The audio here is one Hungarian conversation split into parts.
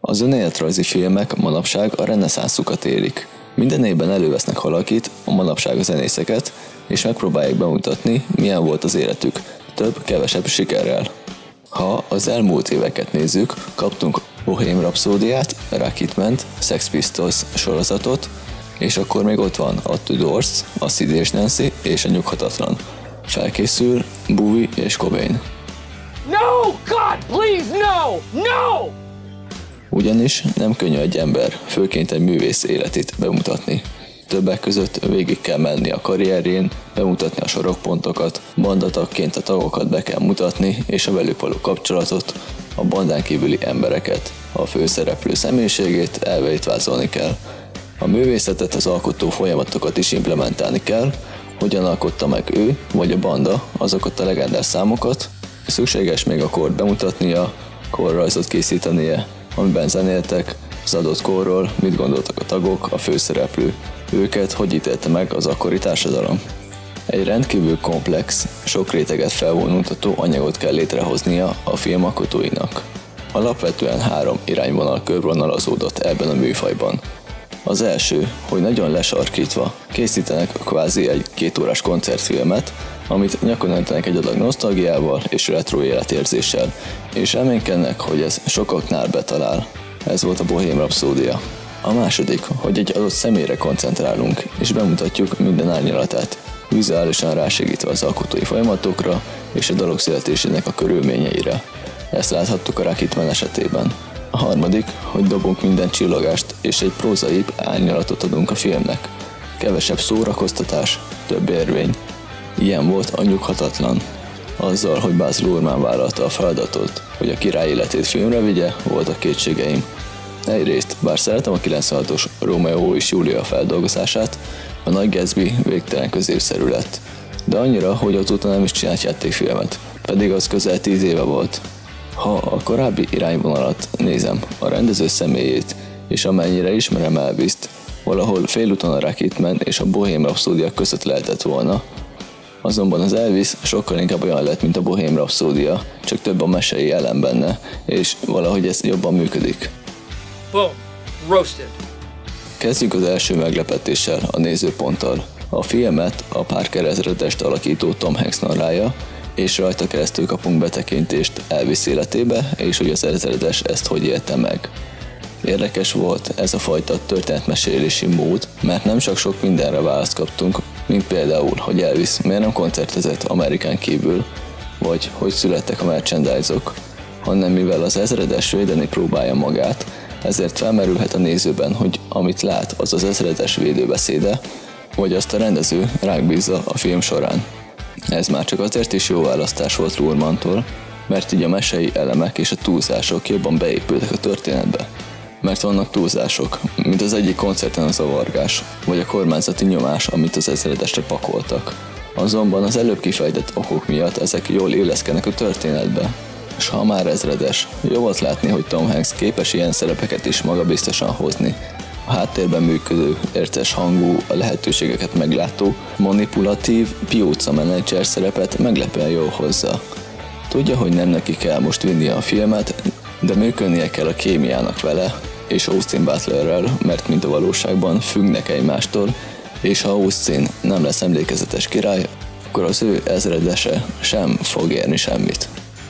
Az önéletrajzi filmek manapság a reneszánszukat élik. Minden évben elővesznek valakit, a manapság a zenészeket, és megpróbálják bemutatni, milyen volt az életük, több-kevesebb sikerrel. Ha az elmúlt éveket nézzük, kaptunk Bohemian Rhapsody-át, Rocketman-t, Sex Pistols sorozatot, és akkor még ott van a Tudors, a Sid és Nancy és a Nyughatatlan. Felkészül Bowie és Cobain. No! God, please, no! No! Ugyanis nem könnyű egy ember, főként egy művész életét bemutatni. Többek között végig kell menni a karrierjén, bemutatni a sorokpontokat, bandatagként a tagokat be kell mutatni, és a velük való kapcsolatot, a bandán kívüli embereket, a főszereplő személyiségét, elveit vázolni kell. A művészetet, az alkotó folyamatokat is implementálni kell, hogyan alkotta meg ő, vagy a banda azokat a legendás számokat, szükséges még a kort bemutatnia, korrajzot készítenie, amiben zenéltek, az adott korról, mit gondoltak a tagok, a főszereplő, őket hogy ítélte meg az akkori társadalom. Egy rendkívül komplex, sok réteget felvonultató anyagot kell létrehoznia a filmalkotóinak. Alapvetően 3 irányvonal körvonalazódott ebben a műfajban. Az első, hogy nagyon lesarkítva készítenek kvázi egy 2 órás koncertfilmet, amit nyakon öntenek egy adag nosztalgiával és retro életérzéssel, és reménykednek, hogy ez sokaknál betalál. Ez volt a Bohemian Rhapsody-ja. A második, hogy egy adott személyre koncentrálunk, és bemutatjuk minden árnyalatát, vizuálisan rásegítve az alkotói folyamatokra és a dalok születésének a körülményeire. Ezt láthattuk a Rocketman esetében. A harmadik, hogy dobunk minden csillagást, és egy prózaibb árnyalatot adunk a filmnek. Kevesebb szórakoztatás, több érvény. Ilyen volt a Nyughatatlan. Azzal, hogy Baz Luhrmann vállalta a feladatot, hogy a király életét filmre vigye, voltak kétségeim. Egyrészt, bár szeretem a 96-os Rómeó és Júlia feldolgozását, a Nagy Gatsby végtelen középszerű lett. De annyira, hogy azóta nem is csinált játékfilmet, pedig az közel 10 éve volt. Ha a korábbi irányvonalat nézem, a rendező személyét, és amennyire ismerem Elvist, valahol félúton a Rocketman és a Bohemian Rhapsody között lehetett volna. Azonban az Elvis sokkal inkább olyan lett, mint a Bohemian Rhapsody, csak több a mesei elem benne, és valahogy ez jobban működik. Boom. Roasted. Kezdjük az első meglepetéssel, a nézőponttal. A filmet a Parker ezredest alakító Tom Hanks narrálja, és rajta keresztül kapunk betekintést Elvis életébe, és hogy az ezredes ezt hogy élte meg. Érdekes volt ez a fajta történetmesélési mód, mert nem csak sok mindenre választ kaptunk, mint például, hogy Elvis miért nem koncertezett Amerikán kívül, vagy hogy születtek a merchandise-ok, hanem mivel az ezredes védeni próbálja magát, ezért felmerülhet a nézőben, hogy amit lát, az az ezredes védőbeszéde, vagy azt a rendező ránk bízza a film során. Ez már csak azért is jó választás volt Luhrmanntól, mert így a mesei elemek és a túlzások jobban beépültek a történetbe. Mert vannak túlzások, mint az egyik koncerten a zavargás, vagy a kormányzati nyomás, amit az ezredesre pakoltak. Azonban az előbb kifejtett okok miatt ezek jól illeszkednek a történetbe. És ha már ezredes, jó volt látni, hogy Tom Hanks képes ilyen szerepeket is magabiztosan hozni. A háttérben működő, értes hangú, a lehetőségeket meglátó, manipulatív, pióca menedzser szerepet meglepően jól hozza. Tudja, hogy nem neki kell most vinnie a filmet, de működnie kell a kémiának vele, és Austin Butlerrel, mert mint a valóságban függnek egymástól, és ha Austin nem lesz emlékezetes király, akkor az ő ezredese sem fog érni semmit.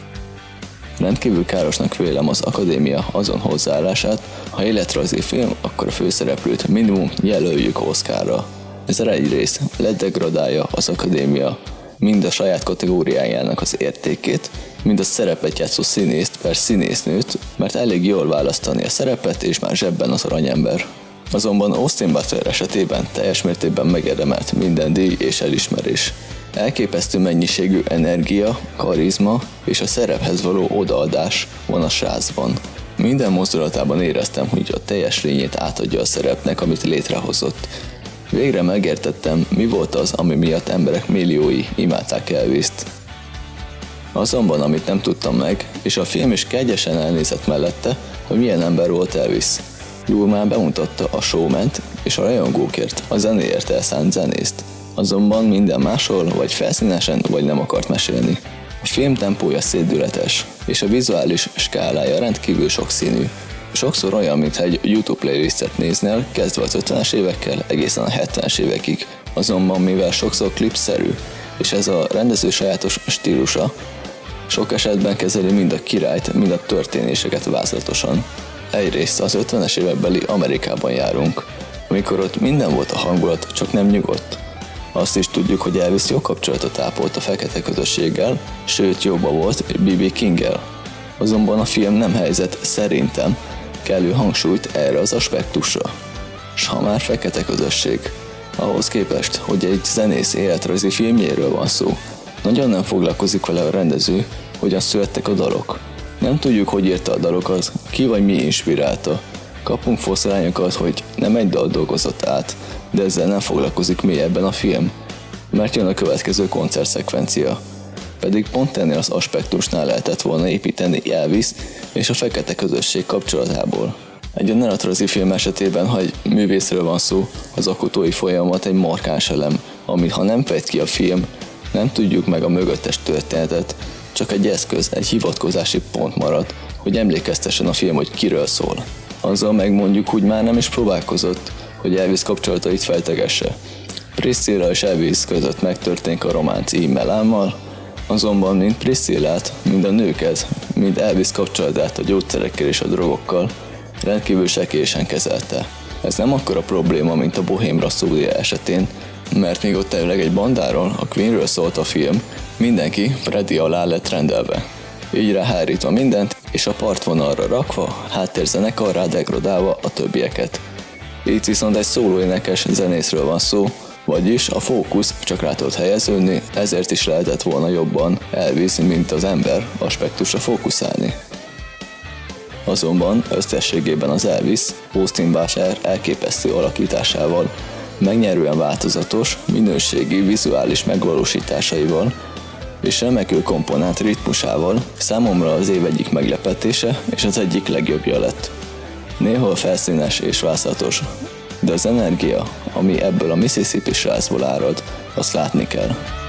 Rendkívül károsnak vélem az akadémia azon hozzáállását, ha életrajzi film, akkor a főszereplőt minimum jelöljük Oscarra. Ez egyrészt ledegradálja az akadémia mind a saját kategóriájának az értékét, mind a szerepet játszó színészt per színésznőt, mert elég jól választani a szerepet, és már zsebben az aranyember. Azonban Austin Butler esetében teljes mértékben megérdemelt minden díj és elismerés. Elképesztő mennyiségű energia, karizma és a szerephez való odaadás van a srácban. Minden mozdulatában éreztem, hogy a teljes lényét átadja a szerepnek, amit létrehozott. Végre megértettem, mi volt az, ami miatt emberek milliói imádták Elvist. Azonban, amit nem tudtam meg, és a film is kegyesen elnézett mellette, hogy milyen ember volt Elvis. Luhrmann bemutatta a showment és a rajongókért, a zenéért elszánt zenészt. Azonban minden máshol, vagy felszínesen, vagy nem akart mesélni. A film tempója szédületes, és a vizuális skálája rendkívül sokszínű. sokszor olyan, mintha egy YouTube playlistet néznél, kezdve az 50-es évekkel egészen a 70-es évekig. Azonban mivel sokszor klipszerű, és ez a rendező sajátos stílusa, sok esetben kezeli mind a királyt, mind a történéseket vázlatosan. Egyrészt az 50-es évekbeli Amerikában járunk, amikor ott minden volt a hangulat, csak nem nyugodt. Azt is tudjuk, hogy Elvis jó kapcsolatot ápolt a fekete közösséggel, sőt jobba volt B.B. Kinggel. Azonban a film nem helyezett szerintem kellő hangsúlyt erre az aspektusra. S ha már fekete közösség, ahhoz képest, hogy egy zenész életrajzi filmjéről van szó, nagyon nem foglalkozik vele a rendező, hogyan születtek a dalok. Nem tudjuk, hogy írta a dalokat, ki vagy mi inspirálta. Kapunk foszlányokat, hogy nem egy dal dolgozott át, de ezzel nem foglalkozik mélyebben a film, mert jön a következő koncertszekvencia. Pedig pont ennél az aspektusnál lehetett volna építeni Elvis és a fekete közösség kapcsolatából. Egy önéletrajzi film esetében, ha egy művészről van szó, az alkotói folyamat egy markáns elem, amit ha nem fejt ki a film, nem tudjuk meg a mögöttes történetet, csak egy eszköz, egy hivatkozási pont marad, hogy emlékeztessen a film, hogy kiről szól. Azzal megmondjuk, hogy már nem is próbálkozott, hogy Elvis kapcsolatait fejtegesse. Priscilla és Elvis között megtörténik a románc e-mailámmal, azonban mind Priscillát, mind a nőket, mind Elvis kapcsolatát a gyógyszerekkel és a drogokkal rendkívül sekélyesen kezelte. Ez nem akkora probléma, mint a Bohém Rhapsody esetén, mert még ott elvileg egy bandáról, a Queenről szólt a film, mindenki Freddie alá lett rendelve. Így ráhárítva mindent, és a partvonalra rakva, háttérzenekarrá degradálva a többieket. Itt viszont egy szólóénekes zenészről van szó, vagyis a fókusz csak rá tudott helyeződni, ezért is lehetett volna jobban Elvis, mint az ember aspektusra fókuszálni. Azonban összességében az Elvis Austin Butler elképesztő alakításával, megnyerően változatos, minőségi vizuális megvalósításaival és remekül komponált ritmusával számomra az év egyik meglepetése és az egyik legjobbja lett. Néhol felszínes és vázlatos, de az energia, ami ebből a Mississippi srácból árad, azt látni kell.